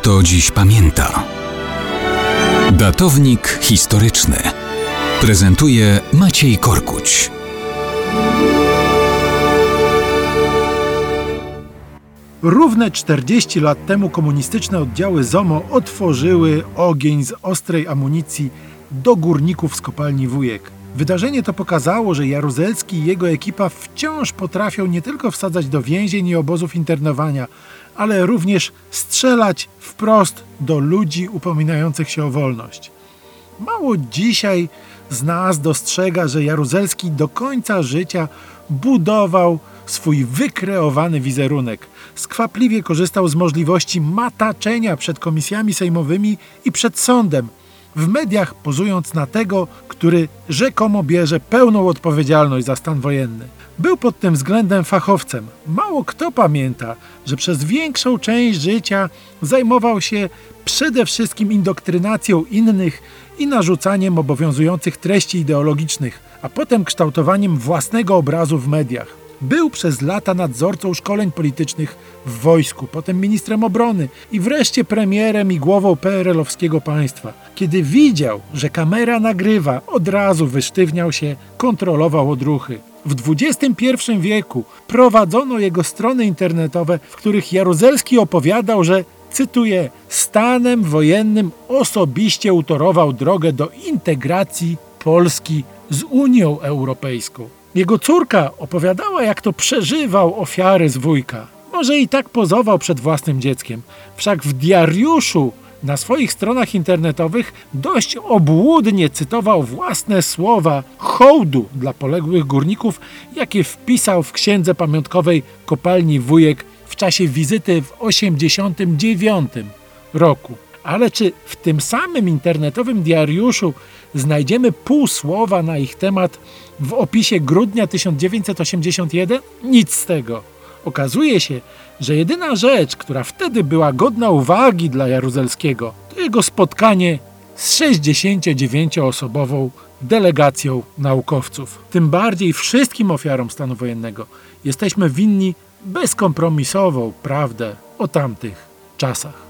kto dziś pamięta. Datownik historyczny prezentuje Maciej Korkuć. Równe 40 lat temu komunistyczne oddziały ZOMO otworzyły ogień z ostrej amunicji do górników z kopalni Wujek. Wydarzenie to pokazało, że Jaruzelski i jego ekipa wciąż potrafią nie tylko wsadzać do więzień i obozów internowania, ale również strzelać wprost do ludzi upominających się o wolność. Mało dzisiaj z nas dostrzega, że Jaruzelski do końca życia budował swój wykreowany wizerunek. Skwapliwie korzystał z możliwości mataczenia przed komisjami sejmowymi i przed sądem, w mediach pozując na tego, który rzekomo bierze pełną odpowiedzialność za stan wojenny. Był pod tym względem fachowcem. Mało kto pamięta, że przez większą część życia zajmował się przede wszystkim indoktrynacją innych i narzucaniem obowiązujących treści ideologicznych, a potem kształtowaniem własnego obrazu w mediach. Był przez lata nadzorcą szkoleń politycznych w wojsku, potem ministrem obrony i wreszcie premierem i głową PRL-owskiego państwa. Kiedy widział, że kamera nagrywa, od razu wysztywniał się, kontrolował odruchy. W XXI wieku prowadzono jego strony internetowe, w których Jaruzelski opowiadał, że, cytuję, stanem wojennym osobiście utorował drogę do integracji Polski z Unią Europejską. Jego córka opowiadała, jak to przeżywał ofiary z Wujka. Może i tak pozował przed własnym dzieckiem. Wszak w diariuszu na swoich stronach internetowych dość obłudnie cytował własne słowa hołdu dla poległych górników, jakie wpisał w księdze pamiątkowej kopalni Wujek w czasie wizyty w 1989 roku. Ale czy w tym samym internetowym diariuszu znajdziemy pół słowa na ich temat w opisie grudnia 1981? Nic z tego. Okazuje się, że jedyna rzecz, która wtedy była godna uwagi dla Jaruzelskiego, to jego spotkanie z 69-osobową delegacją naukowców. Tym bardziej wszystkim ofiarom stanu wojennego jesteśmy winni bezkompromisową prawdę o tamtych czasach.